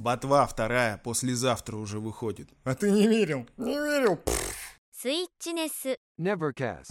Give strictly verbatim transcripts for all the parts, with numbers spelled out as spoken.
Ботва вторая послезавтра уже выходит. А ты не верил? Не верил? Switchness. Nevercast.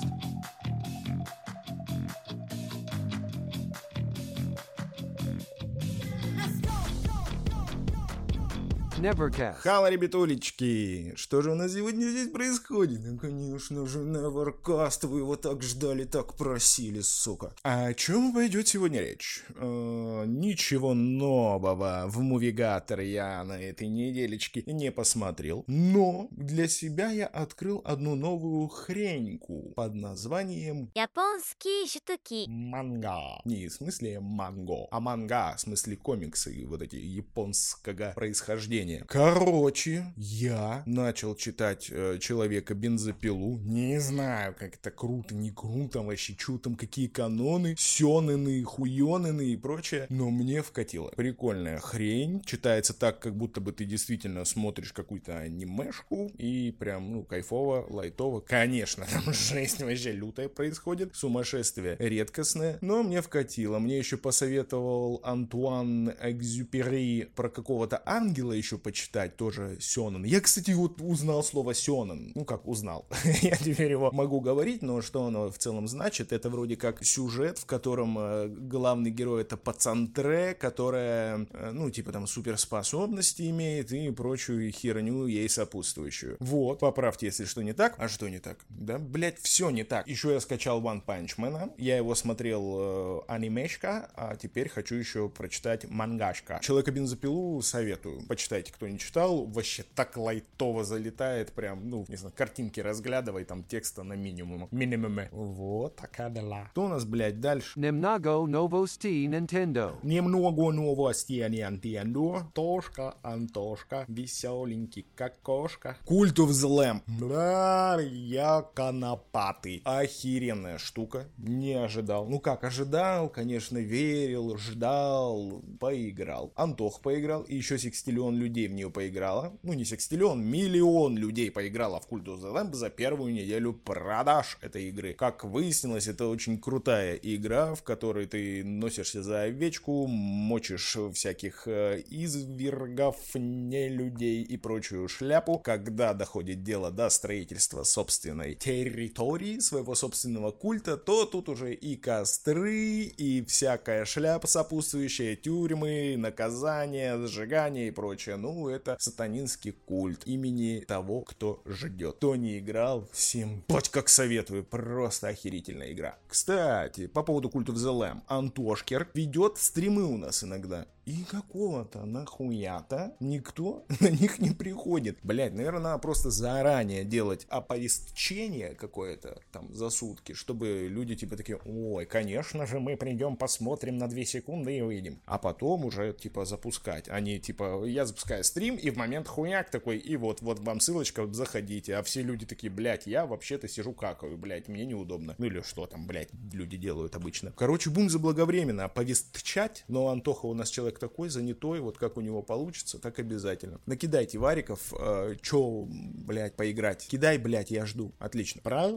Nevercast. Хало, ребятулечки! Что же у нас сегодня здесь происходит? Ну, конечно же, Nevercast. Вы его так ждали, так просили, сука. А о чем пойдет сегодня речь? Э, ничего нового в Мувигатор я на этой неделечке не посмотрел. Но для себя я открыл одну новую хреньку под названием ヤポンスキー主義 манга. Не в смысле манго, а манга в смысле комиксы, вот эти японского происхождения. Короче, я начал читать э, Человека-бензопилу. Не знаю, как это круто, не круто, вообще, что там, какие каноны, сёнэны, хуёнэны и прочее. Но мне вкатило. Прикольная хрень. Читается так, как будто бы ты действительно смотришь какую-то анимешку. И прям, ну, кайфово, лайтово. Конечно, там жесть вообще лютая происходит. Сумасшествие редкостное. Но мне вкатило. Мне еще посоветовал Антуан Экзюпери про какого-то ангела еще почитать, тоже сёнэн. Я, кстати, вот узнал слово сёнэн. Ну, как узнал. Я теперь его могу говорить, но что оно в целом значит? Это вроде как сюжет, в котором э, главный герой это пацантре, которая, э, ну, типа там суперспособности имеет и прочую херню ей сопутствующую. Вот, поправьте, если что не так. А что не так? Да, блять, все не так. Еще я скачал One Punch Man. Я его смотрел э, анимешка, а теперь хочу еще прочитать мангашка. Человека-бензопилу советую. Почитайте, кто не читал, вообще так лайтово залетает, прям, ну, не знаю, картинки разглядывай, там текста на минимум. Минимуме. Вот такая дела. Что у нас, блядь, дальше? Немного новостей Nintendo. Немного новостей Nintendo. Тошка, Антошка, веселенький, как кошка. Cult of the Lamb. Бля, я конопатый. Охеренная штука. Не ожидал. Ну как, ожидал, конечно, верил, ждал, поиграл. Антох поиграл, и еще Секстиллион людей в нее поиграло. Ну, не секстиллион, миллион людей поиграло в Cult of the Lamb за первую неделю продаж этой игры. Как выяснилось, это очень крутая игра, в которой ты носишься за овечку, мочишь всяких э, извергов, нелюдей и прочую шляпу. Когда доходит дело до строительства собственной территории, своего собственного культа, то тут уже и костры, и всякая шляпа сопутствующая, тюрьмы, наказания, сжигания и прочее. Ну, это сатанинский культ имени того, кто ждет. Кто не играл, всем, блять, как советую, просто охерительная игра. Кстати, по поводу Cult of the Lamb. Антошкер ведет стримы у нас иногда. И какого-то нахуя-то никто на них не приходит. Блять, наверное, надо просто заранее делать оповещение какое-то там за сутки, чтобы люди типа такие: ой, конечно же, мы придем, посмотрим на две секунды и выйдем. А потом уже типа запускать. Они типа, я запускаю стрим, и в момент хуяк такой, и вот, вот вам ссылочка, заходите. А все люди такие: блять, я вообще-то сижу какаю, блять, мне неудобно. Ну или что там, блять, люди делают обычно. Короче, будем заблаговременно оповещать, но Антоха у нас человек такой занятой, вот как у него получится, так обязательно. Накидайте вариков, э, чё, блядь, поиграть. Кидай, блядь, я жду. Отлично.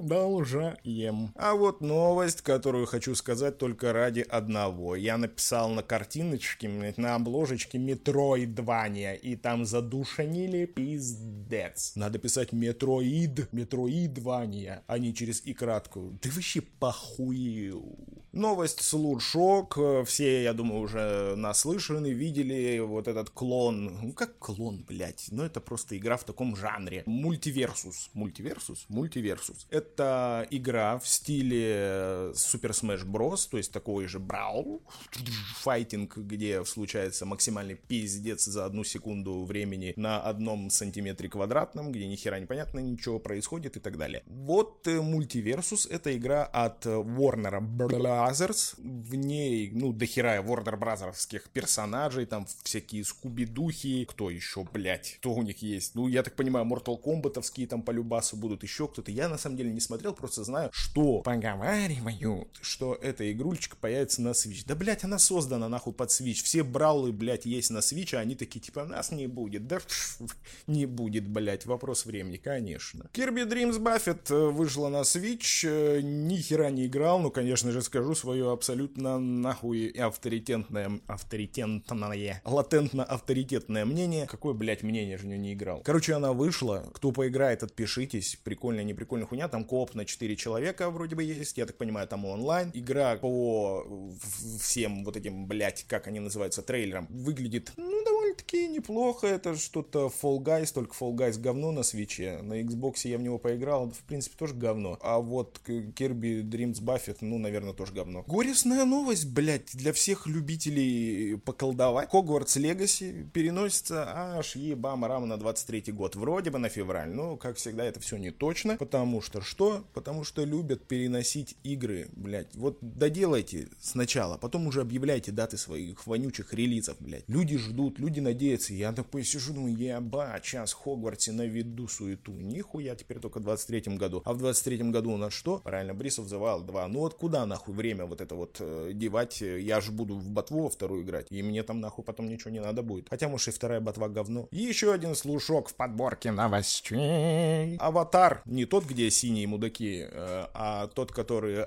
Продолжаем. А вот новость, которую хочу сказать только ради одного. Я написал на картиночке, блядь, на обложечке Метроидвания, и там задушанили пиздец. Надо писать Метроид, Метроидвания, а не через и краткую. Ты вообще похуел. Новость слушок. Все, я думаю, уже наслышаны, видели вот этот клон. Ну, как клон, блядь? Ну, это просто игра в таком жанре. Мультиверсус. Мультиверсус? Мультиверсус. Это игра в стиле Super Smash Bros. То есть такой же брау. Файтинг, где случается максимальный пиздец за одну секунду времени на одном сантиметре квадратном, где ни хера непонятно, ничего происходит и так далее. Вот Мультиверсус — это игра от Warner Bros. В ней, ну, дохера Warner Bros.-овских персонажей, там всякие скуби-духи, кто еще, блять, кто у них есть? Ну, я так понимаю, Mortal Kombat-овские там по любасу будут, еще кто-то. Я, на самом деле, не смотрел, просто знаю, что поговаривают, что эта игрульчика появится на Switch. Да, блять, она создана, нахуй, под Switch. Все браулы, блять, есть на Switch, а они такие, типа, нас не будет. Да, не будет, блять, вопрос времени, конечно. Kirby Dreams Buffet вышла на Switch, ни хера не играл, ну, конечно же, скажу, свое абсолютно нахуй авторитетное, авторитетное, латентно-авторитетное мнение. Какое, блядь, мнение же не играл. Короче, она вышла. Кто поиграет, отпишитесь. Прикольная, не прикольная хуйня. Там кооп на четыре человека вроде бы есть. Я так понимаю, там онлайн. Игра по всем вот этим, блядь, как они называются, трейлерам, выглядит, ну, довольно-таки неплохо. Это что-то Fall Guys, только Fall Guys говно на свитче. На Xbox я в него поиграл, в принципе, тоже говно. А вот Kirby Dreams Buffet, ну, наверное, тоже говно. Горестная новость, блядь, для всех любителей поколдовать. Hogwarts Legacy переносится аж ебам-рам на двадцать третий год. Вроде бы на февраль, но, как всегда, это все не точно. Потому что что? Потому что любят переносить игры, блядь. Вот доделайте сначала, потом уже объявляйте даты своих вонючих релизов, блядь. Люди ждут, люди надеются. Я такой сижу, думаю, ебать, сейчас в Хогвартсе наведу суету. Нихуя, теперь только в двадцать третьем году. А в двадцать третьем году у нас что? Правильно, Breath of the Wild два. Ну вот куда нахуй время вот это вот э, девать? Я же буду в ботву во вторую играть, и мне там нахуй потом ничего не надо будет. Хотя, может, и вторая ботва говно. И еще один слушок в подборке новостей. Аватар. Не тот, где синие мудаки, э, а тот, который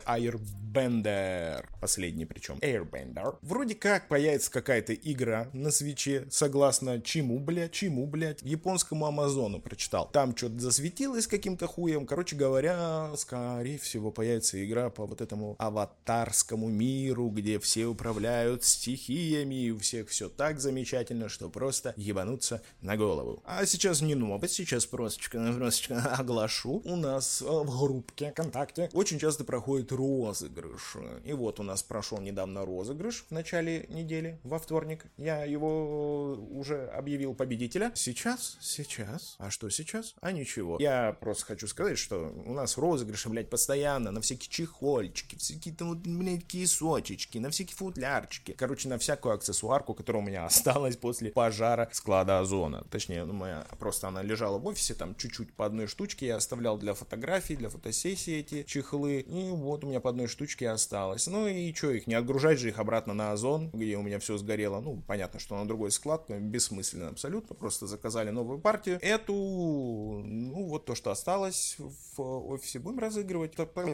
Airbender. Последний причем. Airbender. Вроде как появится какая-то игра на свитче, согласно чему, блядь, чему, блядь, японскому Амазону прочитал. Там что-то засветилось каким-то хуем. Короче говоря, скорее всего, появится игра по вот этому аватарскому миру, где все управляют стихиями, и у всех все так замечательно, что просто ебануться на голову. А сейчас не новость, сейчас просточка, просточка оглашу. У нас в группке ВКонтакте очень часто проходит розыгрыш. И вот у нас прошел недавно розыгрыш в начале недели, во вторник. Я его уже объявил победителя. Сейчас, сейчас. А что сейчас? А ничего. Я просто хочу сказать, что у нас розыгрыши, блядь, постоянно на всякие чехольчики, всякие там, вот, блядь, кисочечки, на всякие футлярчики. Короче, на всякую аксессуарку, которая у меня осталась после пожара склада Озона. Точнее, ну, моя, просто она лежала в офисе, там чуть-чуть по одной штучке я оставлял для фотографий, для фотосессии эти чехлы. И вот у меня по одной штучке осталось. Ну и что, их не отгружать же их обратно на Озон, где у меня все сгорело. Ну, понятно, что на другой склад, бессмысленно абсолютно. Просто заказали новую партию. Эту, ну, вот то, что осталось в офисе, будем разыгрывать.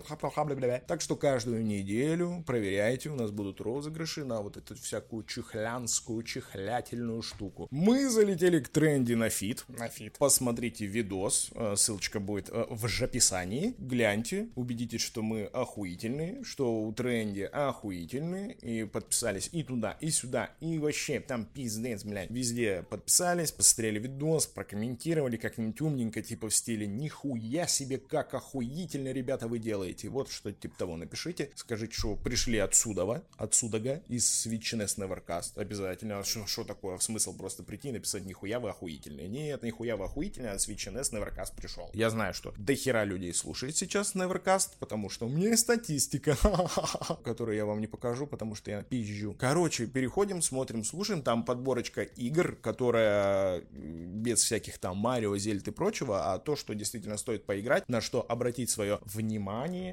Так что каждую неделю проверяйте, у нас будут розыгрыши на вот эту всякую чехлянскую, чехлятельную штуку. Мы залетели к тренде на фит. На фит. Посмотрите видос, ссылочка будет в описании. Гляньте, убедитесь, что мы охуительные, что у тренди охуительные, и подписались и туда, и сюда, и вообще там пиздец, блядь, везде подписались, посмотрели видос, прокомментировали как-нибудь умненько, типа в стиле нихуя себе, как охуительно, ребята, вы делаете. Вот что типа того напишите, скажите, что пришли отсюда, отсюда, из Switch.эн эс Nevercast, обязательно. Что такое, смысл просто прийти и написать нихуя вы охуительные? Нет, нихуя вы охуительные, а Switch.эн эс Nevercast пришел. Я знаю, что дохера людей слушает сейчас Nevercast, потому что у меня есть статистика, которую я вам не покажу, потому что я пизжу. Короче, переходим, смотрим, слушаем. Там подборочка игр, которая без всяких там Марио, Зельд и прочего, а то, что действительно стоит поиграть, на что обратить свое внимание,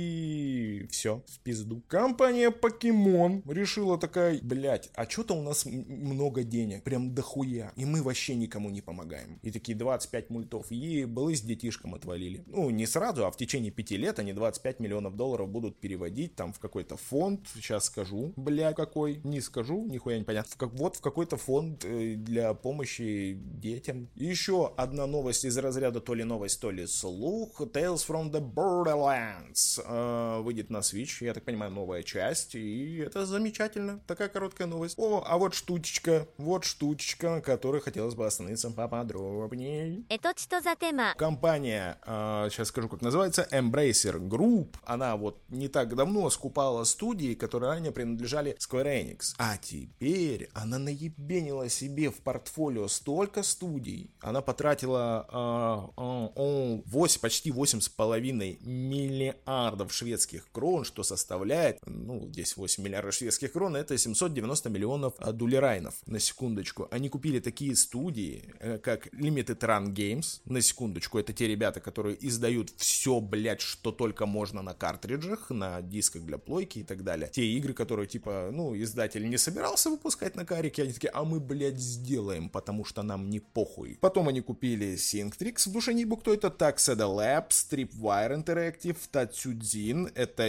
и все, в пизду. Компания Покемон решила такая, блять, а что-то у нас много денег, прям дохуя, и мы вообще никому не помогаем. И такие двадцать пять мультов, и было с детишком отвалили. Ну, не сразу, а в течение пяти лет они двадцать пять миллионов долларов будут переводить там в какой-то фонд, сейчас скажу, бля, какой, не скажу, нихуя не понятно. В как, вот в какой-то фонд э, для помощи детям. И еще одна новость из разряда то ли новость, то ли слух. Tales from the Borderlands э, выйдет на Switch, я так понимаю, новая часть, и это замечательно. Такая короткая новость. О, а вот штучечка, вот штучечка, на которой хотелось бы остановиться поподробнее. Это что за тема? Компания, э, сейчас скажу, как называется, Embracer Group, она вот не так давно скупала студии, которые ранее принадлежали Square Enix. А теперь она наебенила себе в портфолио столько студий. Она потратила э, э, восемь, почти восемь с половиной миллиардов шведских крон, что составляет, ну, здесь восемь миллиардов шведских крон, это семьсот девяносто миллионов долларайнов, на секундочку. Они купили такие студии, э, как Limited Run Games, на секундочку, это те ребята, которые издают все, блядь, что только можно на картриджах, на дисках для плойки и так далее. Те игры, которые, типа, ну, издатель не собирался выпускать на карике, они такие, а мы, блядь, сделаем, потому что нам не похуй. Потом они купили Synctrix, в душе не бу, кто это, Tuxedo Labs, Tripwire Interactive, Tatsujin, это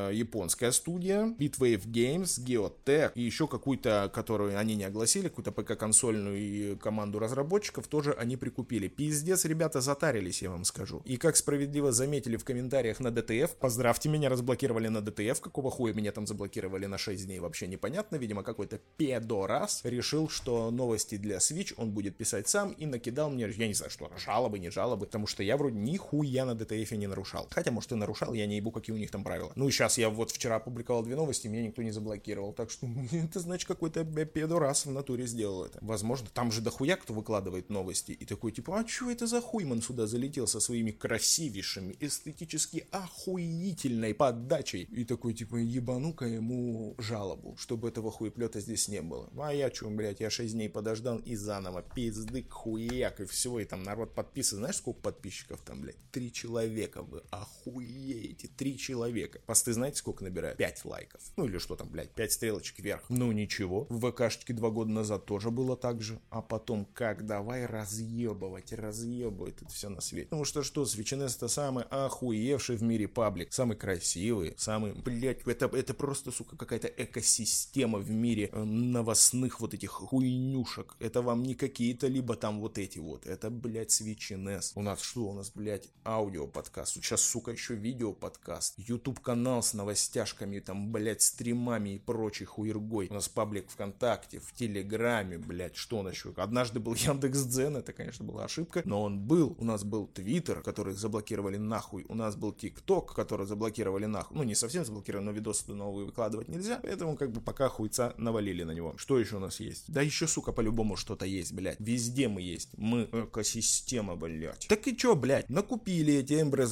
э, японская студия, Bitwave Games, Geotech и еще какую-то, которую они не огласили, какую-то ПК-консольную команду разработчиков тоже они прикупили. Пиздец, ребята затарились, я вам скажу. И как справедливо заметили в комментариях на ди ти эф, поздравьте, меня разблокировали на ди ти эф, какого хуя меня там заблокировали на шесть дней, вообще непонятно, видимо, какой-то педорас решил, что новости для Switch он будет писать сам и накидал мне, я не знаю, что, жалобы, не жалобы, потому что я вроде нихуя на ди ти эф не нарушал. Хотя, может, и нарушал, я не ебу, какие у них там правила. Ну, и сейчас я вот вчера опубликовал две новости, меня никто не заблокировал, так что это значит, какой-то педорас в натуре сделал это. Возможно, там же дохуя кто выкладывает новости и такой, типа, а чё это за хуйман сюда залетел со своими красивейшими, эстетически охуительной подачей? И такой, типа, ебану-ка ему жалобу, чтобы этого хуеплета здесь не было. А я чё, блядь, я шесть дней подождал и заново пиздык, хуяк и всего, и там народ подписан. Знаешь, сколько подписчиков там, блядь? Три человека, вы охуеете, три человека. Посты знаете, сколько набирают? Пять лайков. Ну или что там, блядь, пять стрелочек вверх. Ну ничего, в ВКшечке два года назад тоже было так же. А потом как давай разъебывать, разъебывать это все на свете. Потому что что, Свитчнес это самый охуевший в мире паблик. Самый красивый, самый, блядь, это, это просто, сука, какая-то экосистема в мире э, новостных вот этих хуйнюшек. Это вам не какие-то либо там вот эти вот. Это, блядь, Свитчнес. У нас что? У нас, блядь, аудиоподкаст. Сейчас, сука, еще видеоподкаст. Ютуб-канал с новостяшками, там, блядь, стримами и прочей хуергой. У нас паблик ВКонтакте, в Телеграме, блядь, что у нас еще? Однажды был Яндекс.Дзен, это, конечно, была ошибка, но он был. У нас был Твиттер, который заблокировали нахуй. У нас был ТикТок, который заблокировали нахуй. Ну, не совсем заблокировали, но видосы новые выкладывать нельзя. Поэтому, как бы, пока хуйца навалили на него. Что еще у нас есть? Да еще, сука, по-любому что-то есть, блядь. Везде мы есть. Мы экосистема, блядь. Так и чё, блядь? Накупили эти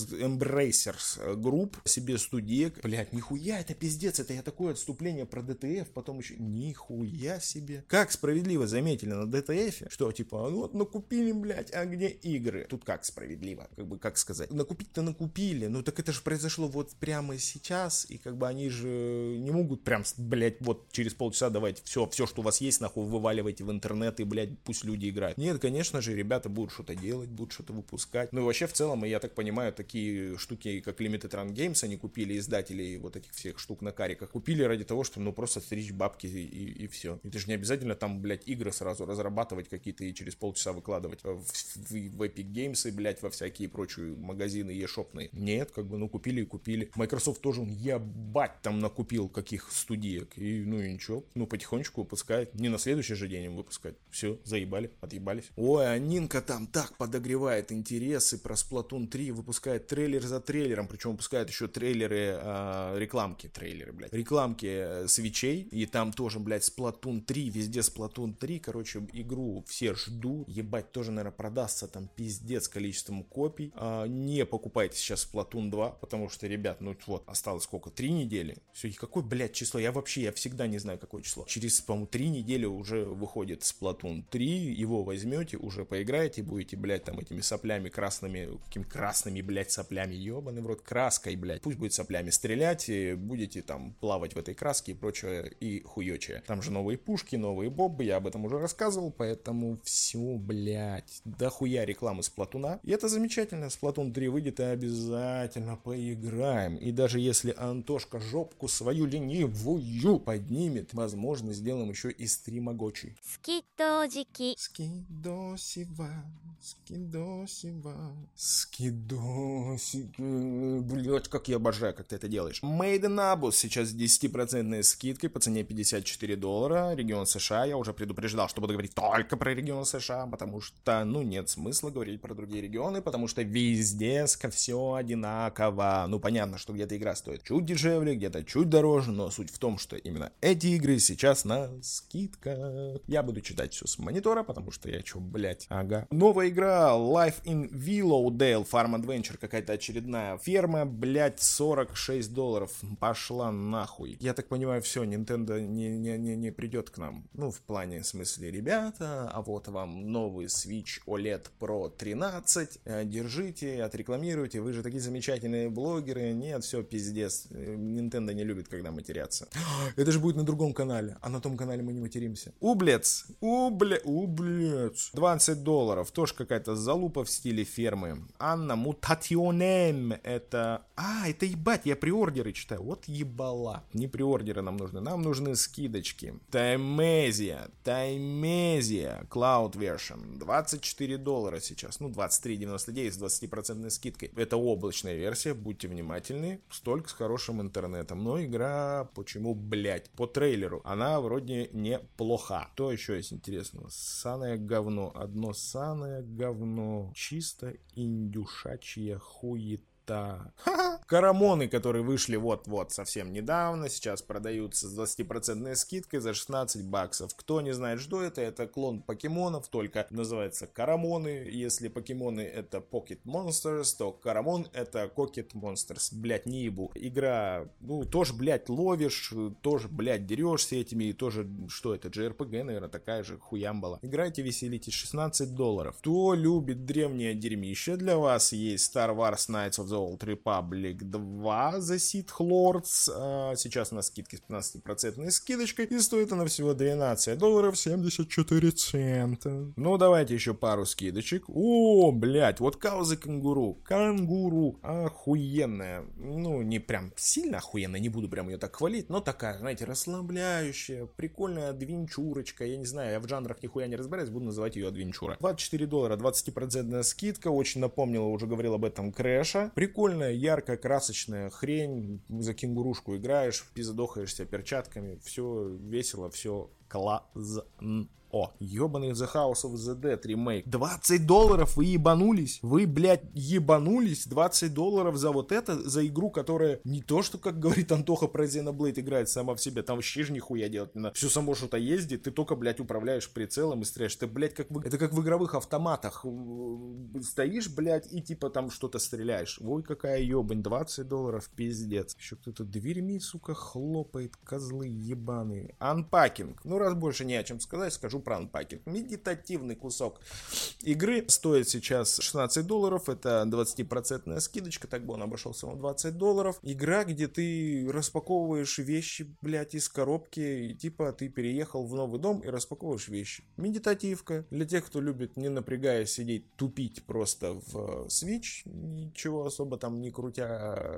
Embracers групп себе студиек. Блядь, нихуя, это пиздец. Это я такое отступление про ди ти эф, потом еще... Нихуя себе. Как справедливо заметили на ди ти эф, что типа, ну вот накупили, блядь, а где игры? Тут как справедливо? Как бы, как сказать? Накупить-то накупили, ну так это же произошло вот прямо сейчас, и как бы они же не могут прям, блядь, вот через полчаса давайте все, все, что у вас есть, нахуй вываливайте в интернет, и, блядь, пусть люди играют. Нет, конечно же, ребята будут что-то делать, будут что-то выпускать. Ну и вообще, в целом, я так понимаю, такие штуки, как Limited Run Games, они купили издателей вот этих всех штук на кариках, купили ради того, чтобы, ну, просто стричь бабки и, и, и все. Это же не обязательно там, блядь, игры сразу разрабатывать какие-то и через полчаса выкладывать в, в, в Epic Games и, блядь, во всякие прочие магазины e-шопные. Нет, как бы, ну, купили и купили. Microsoft тоже, он, ебать, там накупил каких студиек. И, ну, и ничего. Ну, потихонечку выпускает. Не на следующий же день им выпускать. Все, заебали, отъебались. Ой, а Нинка там так подогревает интересы про Splatoon три, выпускает трейлер за трейлером, причем выпускает еще трейлеры, э, рекламки, трейлеры, блядь, рекламки э, свечей, и там тоже, блядь, Splatoon три, везде Splatoon три, короче, игру все ждут, ебать, тоже, наверное, продастся там пиздец количеством копий. А, не покупайте сейчас Splatoon два, потому что, ребят, ну вот, осталось сколько, три недели? Все, и какое, блядь, число? Я вообще, я всегда не знаю, какое число. Через, по-моему, три недели уже выходит Splatoon три, его возьмете, уже поиграете, будете, блядь, там этими соплями красными, какими красными, блядь, соплями, ебаный в рот, краской, блядь, пусть будет соплями стрелять, и будете там плавать в этой краске и прочее, и хуёчее. Там же новые пушки, новые бобы, я об этом уже рассказывал, поэтому все, блядь, дохуя рекламы Сплатуна. И это замечательно, Splatoon три выйдет, и обязательно поиграем. И даже если Антошка жопку свою ленивую поднимет, возможно, сделаем еще и стримогочий. スキット時期 Скидосива, скидосива, скидосика. Блять, как я обожаю, как ты это делаешь. Made in Abyss сейчас с десять процентов скидкой по цене пятьдесят четыре доллара. Регион США. Я уже предупреждал, что буду говорить только про регион США, потому что, ну, нет смысла говорить про другие регионы, потому что везде все одинаково. Ну, понятно, что где-то игра стоит чуть дешевле, где-то чуть дороже, но суть в том, что именно эти игры сейчас на скидках. Я буду читать все с монитора, потому что я чё, блять, ага. Новая игра Life in Willowdale Farm Adventure, какая-то очередная ферма, блять, сорок шесть долларов. Пошла нахуй. Я так понимаю, все, Nintendo не, не, не, не придет к нам. Ну, в плане, в смысле, ребята, а вот вам новый Switch о лед Pro тринадцать, держите, отрекламируйте, вы же такие замечательные блогеры. Нет, все, пиздец. Nintendo не любит, когда матерятся. Это же будет на другом канале, а на том канале мы не материмся. Ублец, убле, ублец. двадцать долларов, тоже какая-то залупа в стиле фермы. Анна Мутационем, это... А, это ебать, я приордер приордеры читаю. Вот ебала. Не приордеры нам нужны. Нам нужны скидочки. Таймезия. Таймезия. Cloud Version. двадцать четыре доллара сейчас. Ну, двадцать три девяносто девять с двадцать процентов скидкой. Это облачная версия. Будьте внимательны. Столько с хорошим интернетом. Но игра, почему, блять, по трейлеру, она вроде неплоха. Что еще есть интересного? Ссаное говно. Одно ссаное говно. Чисто индюшачья хуета. Ха-ха. Карамоны, которые вышли вот-вот совсем недавно, сейчас продаются с двадцатипроцентной скидкой за шестнадцать баксов. Кто не знает, что это, это клон покемонов, только называется Карамоны. Если покемоны это Pocket Monsters, то Карамон это Cocket Monsters. Блять, не ебу. Игра, ну, тоже, блять, ловишь, тоже, блять, дерешься этими, и тоже, что это, джей ар пи джи, наверное, такая же хуямбала. Играйте, веселитесь, шестнадцать долларов. Кто любит древнее дерьмище, для вас есть Star Wars Knights of the Old Republic два The Sith Lords. А сейчас на скидке с пятнадцатипроцентной скидочкой. И стоит она всего двенадцать долларов семьдесят четыре цента. Ну, давайте еще пару скидочек. О, блять, вот Кауза Кангуру. Кангуру. Охуенная. Ну, не прям сильно охуенная, не буду прям ее так хвалить, но такая, знаете, расслабляющая, прикольная адвенчурочка. Я не знаю, я в жанрах нихуя не разбираюсь, буду называть ее адвенчура. двадцать четыре доллара, двадцатипроцентная скидка. Очень напомнила, уже говорил об этом, Крэша. Прикольная, яркая, красочная хрень. За кенгурушку играешь, пиздохаешься перчатками. Все весело, все классно. О, ебаный The House of the Dead ремейк. двадцать долларов, вы ебанулись? Вы, блядь, ебанулись? двадцать долларов за вот это, за игру, которая не то, что, как говорит Антоха про Xenoblade, играет сама в себе. Там вообще же нихуя делать не надо. Все само что-то ездит, ты только, блядь, управляешь прицелом и стреляешь. Ты, блядь, как в... Это как в игровых автоматах. Стоишь, блядь, и типа там что-то стреляешь. Ой, какая ебань, двадцать долларов, пиздец. Еще кто-то дверьми, сука, хлопает, козлы ебаные. Анпакинг. Ну, раз больше не о чем сказать, скажу про анпакинг. Медитативный кусок игры стоит сейчас шестнадцать долларов. Это двадцатипроцентная скидочка, так бы он обошелся на двадцать долларов. Игра, где ты распаковываешь вещи, блядь, из коробки. И типа ты переехал в новый дом и распаковываешь вещи. Медитативка. Для тех, кто любит, не напрягая, сидеть, тупить просто в Switch, ничего особо там не крутя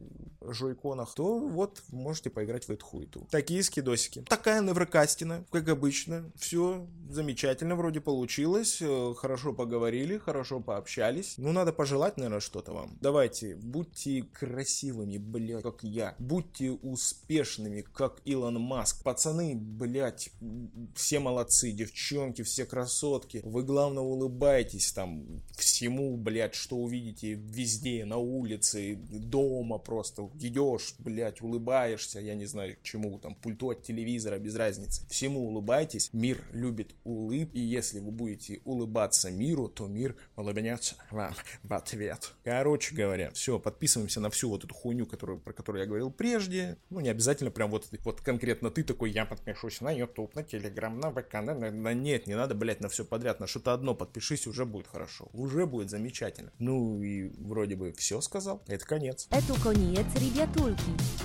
жойконах, то вот можете поиграть в эту хуету. Такие скидосики. Такая неврокастина, как обычно. Все замечательно вроде получилось. Хорошо поговорили, хорошо пообщались. Ну, надо пожелать, наверное, что-то вам. Давайте, будьте красивыми, блядь, как я. Будьте успешными, как Илон Маск. Пацаны, блядь, все молодцы. Девчонки, все красотки. Вы, главное, улыбайтесь там всему, блядь, что увидите везде, на улице, дома просто. Идешь, блядь, улыбаешься, я не знаю, к чему там, пульту от телевизора, без разницы. Всему улыбайтесь. Мир любит улыб, и если вы будете улыбаться миру, то мир улыбнется вам в ответ. Короче говоря, все, подписываемся на всю вот эту хуйню, которую, про которую я говорил прежде. Ну, не обязательно прям вот, вот конкретно ты такой, я подпишусь на YouTube, на Telegram, на ВК, на, на, на... Нет, не надо, блять, на все подряд, на что-то одно подпишись, уже будет хорошо, уже будет замечательно. Ну, и вроде бы все сказал, это конец. Это конец, ребятульки.